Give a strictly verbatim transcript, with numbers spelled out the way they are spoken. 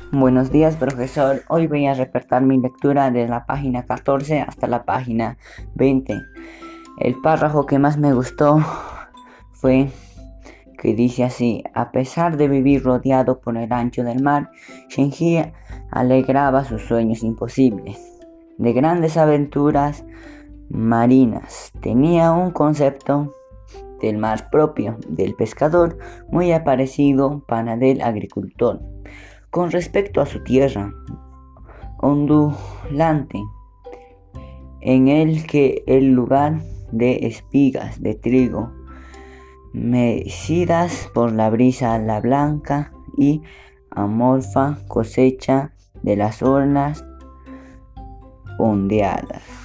Buenos días, profesor. Hoy voy a reportar mi lectura de la página catorce hasta la página veinte. El párrafo que más me gustó fue que dice así: a pesar de vivir rodeado por el ancho del mar, Shinji alegraba sus sueños imposibles de grandes aventuras marinas. Tenía un concepto del mar propio del pescador muy parecido para del agricultor. Con respecto a su tierra ondulante, en el que el lugar de espigas de trigo mecidas por la brisa, la blanca y amorfa cosecha de las olas ondeadas.